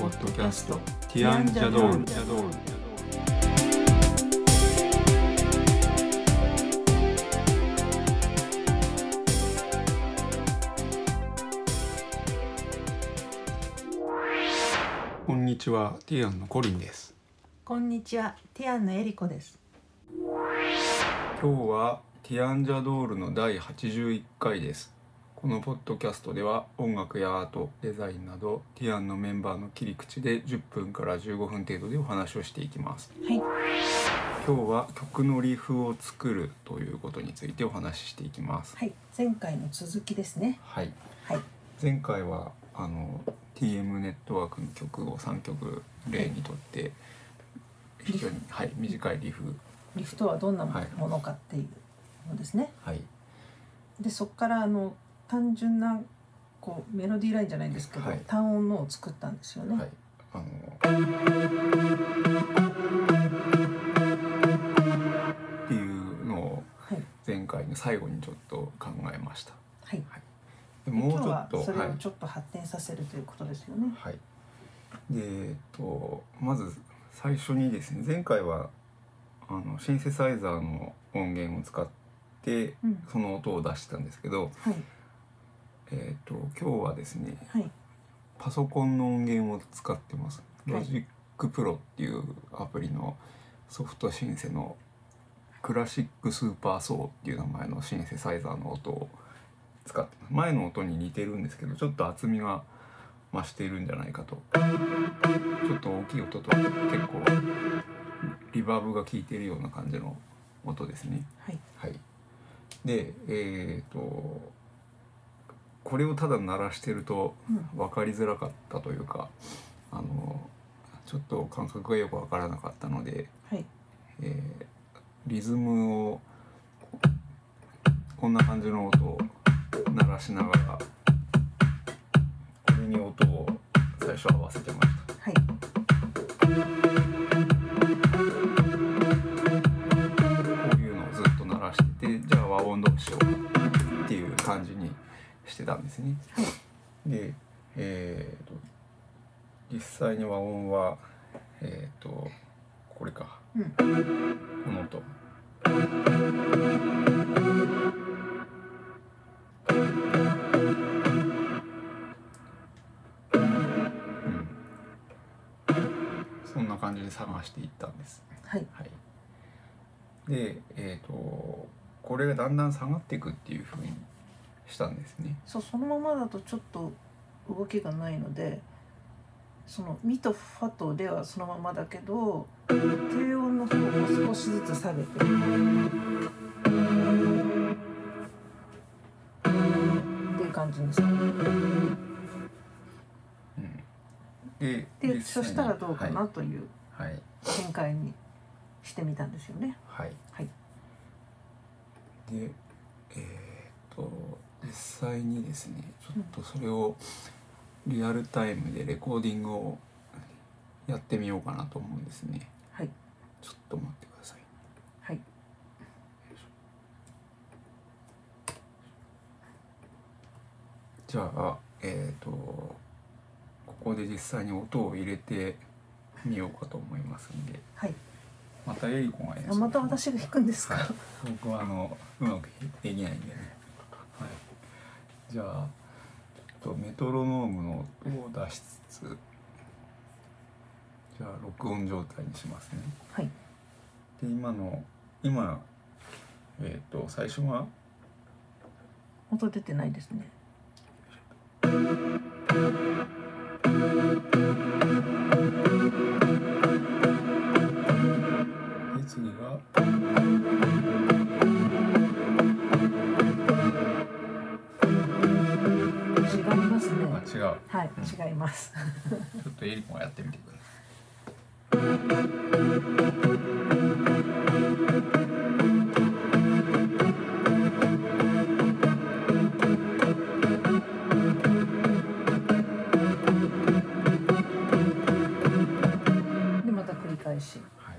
ポッドキャストティアンジャドール。こんにちは、ティアンのコリンです。 こんにちは、ティアンのエリコです。 今日はティアンジャドールの第81回です。このポッドキャストでは音楽やアート、デザインなどティアンのメンバーの切り口で10分から15分程度でお話をしていきます。 はい。 今日は曲のリフを作るということについてお話ししていきます。 はい、前回の続きですね。 はい。 はい。 前回はTM ネットワークの曲を3曲例にとって非常に、短いリフとはどんなものかっていうのですね。 はい。でそこから単純なこうメロディーラインじゃないんですけど、単音のを作ったんですよね。はい。 っていうのを前回の最後にちょっと考えました。 はい。 でもうちょっとそれをちょっと発展させるということですよね。 はい。でまず最初にですね、前回はシンセサイザーの音源を使ってその音を出してたんですけど、 はい。 今日はですね、 はい、 パソコンの音源を使ってます。ロジックプロっていうアプリのソフトシンセのクラシックスーパーソーっていう名前のシンセサイザーの音を使ってます。前の音に似てるんですけど、ちょっと厚みが増しているんじゃないかと。ちょっと大きい音と結構リバーブが効いているような感じの音ですね。 はい。 はい。で、これをただ鳴らしてると分かりづらかったというか、ちょっと感覚がよく分からなかったので、 はい。 リズムをこんな感じの音を鳴らしながら、これに音を最初合わせてました。 はい。 こういうのをずっと鳴らしてて、じゃあ和音どうしようっていう感じにしてたんですね。で、実際に和音はこれか、この音。そんな感じで探していったんです。 はい。 はい。で、これがだんだん下がっていくっていう風にしたんですね。 そのままだとちょっと動きがないので、そのミとファとレはそのままだけど、低音の方を少しずつ下げてっていう感じにした。でそしたらどうかなという展開にしてみたんですよね。 はい。 はい。 で、実際にですね、ちょっとそれをリアルタイムでレコーディングをやってみようかなと思うんですね。 はい。 ちょっと待ってください。 はい。 じゃあ、ここで実際に音を入れてみようかと思いますんで。 はい。 またエリコが演奏。 また私が弾くんですか。はい、 僕はうまくできないんでね。はい。じゃあちょっとメトロノームの音を出しつつ、じゃあ録音状態にしますね。 はい。 で今最初は音出てないですね。 で次が違いますね。 違う。 はい、違います。 ちょっとエリコがやってみてください。 でまた繰り返し。 はい。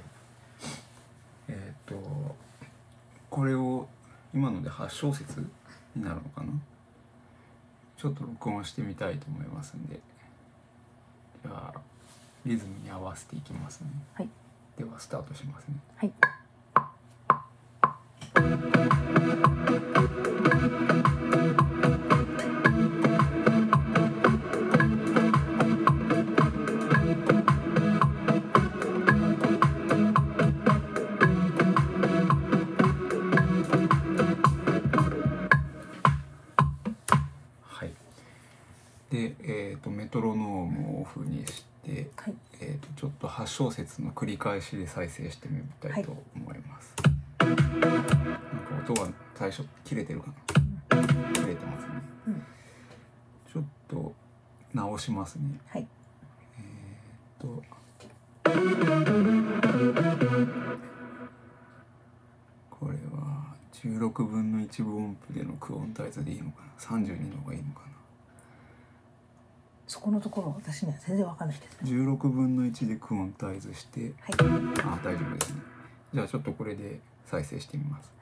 これを今ので8小節になるのかな。ちょっと録音してみたいと思いますんで、じゃあリズムに合わせていきますね。 はい。 ではスタートしますね。 はい。 で、メトロノームをオフにして、 はい。 ちょっと8小節の繰り返しで再生してみたいと思います。なんか音が最初切れてるかな。切れてますね。 うん。 ちょっと直しますね。 はい。 これは16分の1分音符でのクオンタイズでいいのかな、32の方がいいのかな。 そこのところ私には全然わかんないですね。 16分の1でクオンタイズして、 はい。 あ、大丈夫ですね。じゃあちょっとこれで再生してみます。 はい。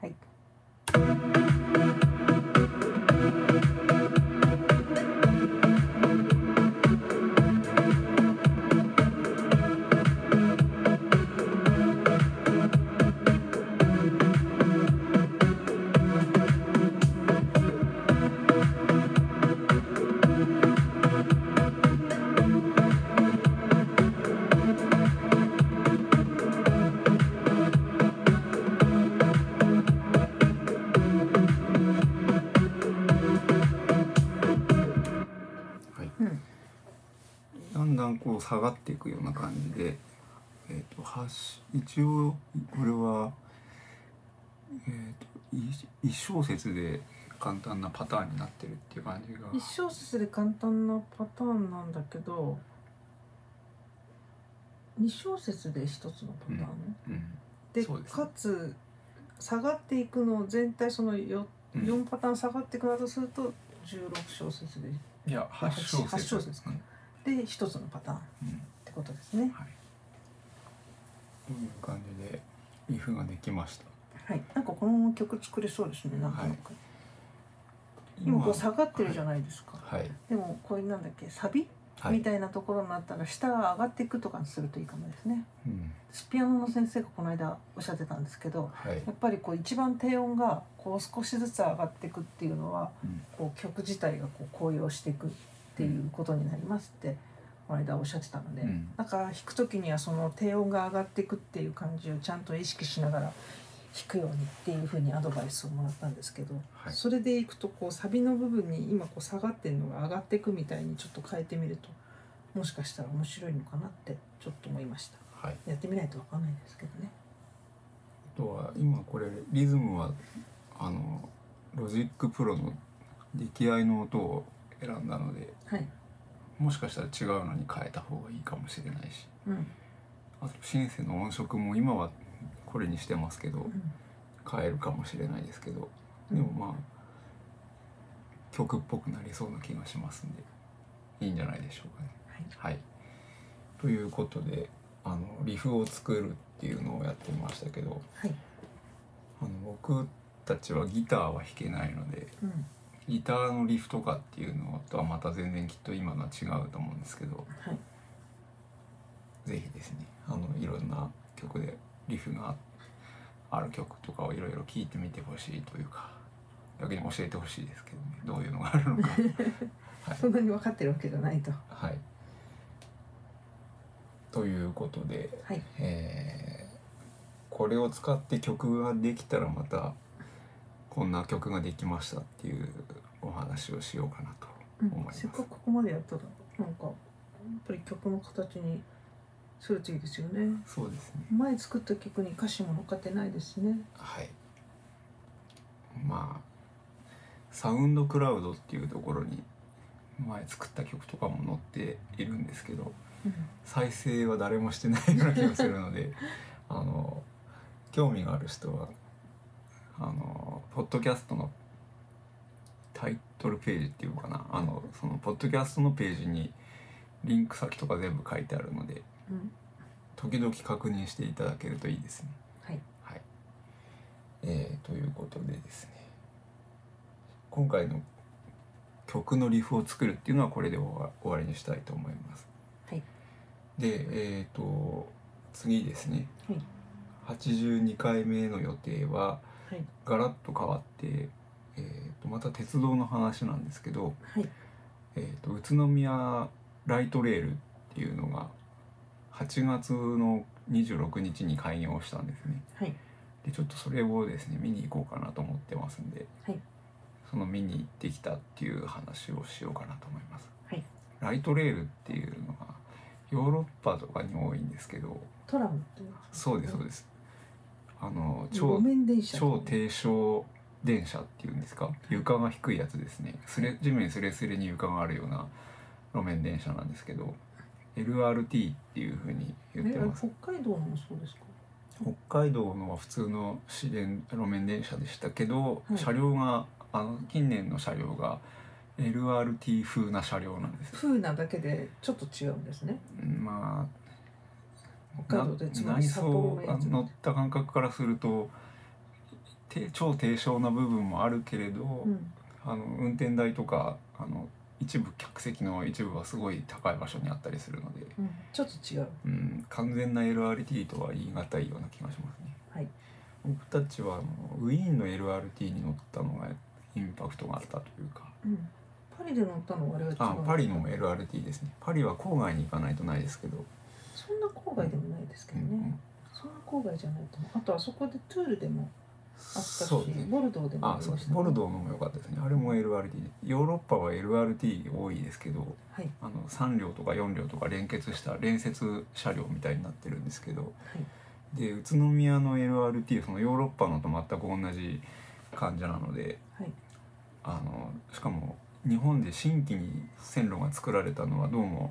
だんだんこう下がっていくような感じで、一応これは、1小節で簡単なパターンになってるっていう感じが。 1小節で簡単なパターンなんだけど、2小節で1つのパターン、でかつ下がっていくのを全体その 4パターン下がっていくなとすると16小節で、 いや8小節か、で1つのパターンってことですね。 はい。という感じでリフができました。 はい。なんかこのまま曲作れそうですね。なんとなく。今こう下がってるじゃないですか。 はい。 でもこういうなんだっけ、サビみたいなところになったら下が上がっていくとかにするといいかもですね。ピアノの先生がこの間おっしゃってたんですけど、やっぱりこう一番低音がこう少しずつ上がっていくっていうのは、こう曲自体がこう高揚していくっていうことになりますってこの間おっしゃってたので、だから弾く時にはその低音が上がっていくっていう感じをちゃんと意識しながら弾くようにっていうふうにアドバイスをもらったんですけど、それでいくとこうサビの部分に今こう下がってるのが上がっていくみたいにちょっと変えてみるともしかしたら面白いのかなってちょっと思いました。やってみないと分かんないですけどね。 あとは今これリズムはロジックプロの出来合いの音を選んだので、もしかしたら違うのに変えた方がいいかもしれないし、あとシンセの音色も今はこれにしてますけど、変えるかもしれないですけど、でもまあ曲っぽくなりそうな気がしますんでいいんじゃないでしょうかね。はい。ということでリフを作るっていうのをやってみましたけど、僕たちはギターは弾けないので、ギターのリフとかっていうのとはまた全然きっと今のは違うと思うんですけど、ぜひですねいろんな曲でリフがある曲とかをいろいろ聴いてみてほしいというか、逆に教えてほしいですけどね、どういうのがあるのかそんなに分かってるわけじゃないと。 はい。ということで、これを使って曲ができたらまたこんな曲ができましたっていうお話をしようかなと思います。 せっかくここまでやったらなんかやっぱり曲の形にするといいですよね。 そうですね。 前作った曲に歌詞も乗っかってないですね。 はい。まあサウンドクラウドっていうところに前作った曲とかも載っているんですけど、再生は誰もしてないような気がするので興味がある人はポッドキャストのタイトルページっていうかな、そのポッドキャストのページにリンク先とか全部書いてあるので、時々確認していただけるといいですね。はい。ということでですね、今回の曲のリフを作るっていうのはこれで終わりにしたいと思います。 で次ですね、 はい、 82回目の予定ははい、 ガラッと変わって、また鉄道の話なんですけど、 はい、 宇都宮ライトレールっていうのが8月の26日に開業したんですね。 はい、 でちょっとそれをですね見に行こうかなと思ってますんで、 はい、 その見に行ってきたっていう話をしようかなと思います。 はい、 ライトレールっていうのがヨーロッパとかに多いんですけど、 トラムっていう、 そうですそうです。 路面電車、 超低床電車っていうんですか、床が低いやつですね。地面スレスレに床があるような路面電車なんですけど、 LRT っていう風に言ってます。 北海道のもそうですか？ 北海道のは普通の路面電車でしたけど、 はい、 車両が近年の車両が LRT 風な車両なんです。 風なだけでちょっと違うんですね。 まあ北海道でつまり内札幌のやつ装乗った感覚からすると超低床な部分もあるけれど、 うん、 運転台とか一部客席の一部はすごい高い場所にあったりするので、 うん、ちょっと違う、 完全な LRT とは言い難いような気がしますね。 はい、 僕たちはウィーンの LRT に乗ったのがインパクトがあったというか、 うん、パリで乗ったのはあれは違う。 パリの LRT ですね。パリは郊外に行かないとないですけど、 そんな郊外でもないですけどね、そんな郊外じゃないと思う。あとあそこでトゥールでもあったし、ね、ボルドーでもありました、ね。 そうです。ボルドーのも良かったですね。あれも LRT で、ヨーロッパは LRT 多いですけど、 はい、 3両とか4両とか連結した連接車両みたいになってるんですけど、 はい、 で宇都宮の LRT はそのヨーロッパのと全く同じ感じなので、 はい、 しかも日本で新規に線路が作られたのはどうも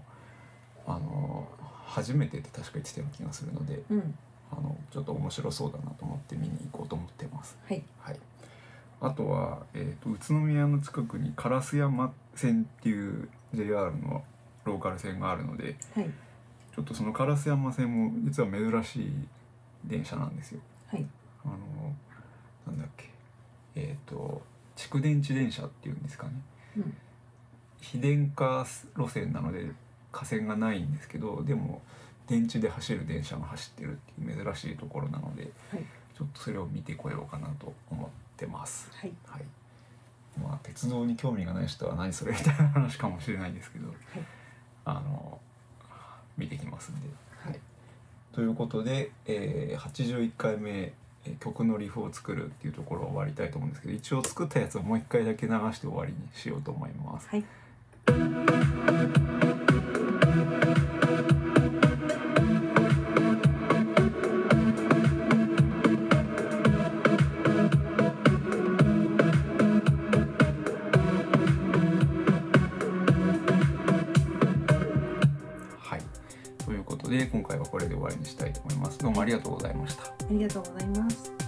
初めてって確か言ってたような気がするので、 うん、 ちょっと面白そうだなと思って見に行こうと思ってます。 はい、 はい、あとは、宇都宮の近くに烏山線っていう JR のローカル線があるので、 はい、 ちょっとその烏山線も実は珍しい電車なんですよ。 はい、 なんだっけ、蓄電池電車っていうんですかね、 うん、 非電化路線なので架線がないんですけど、でも電池で走る電車が走ってるっていう珍しいところなので、 はい、 ちょっとそれを見てこようかなと思ってます。 はい、 はい、まあ鉄道に興味がない人は何それみたいな話かもしれないですけど、 はい、 見てきますんで、 はい、 ということで、81回目曲のリフを作るっていうところを終わりたいと思うんですけど、一応作ったやつをもう一回だけ流して終わりにしようと思います。 はい、 ということで今回はこれで終わりにしたいと思います。どうもありがとうございました。 ありがとうございます。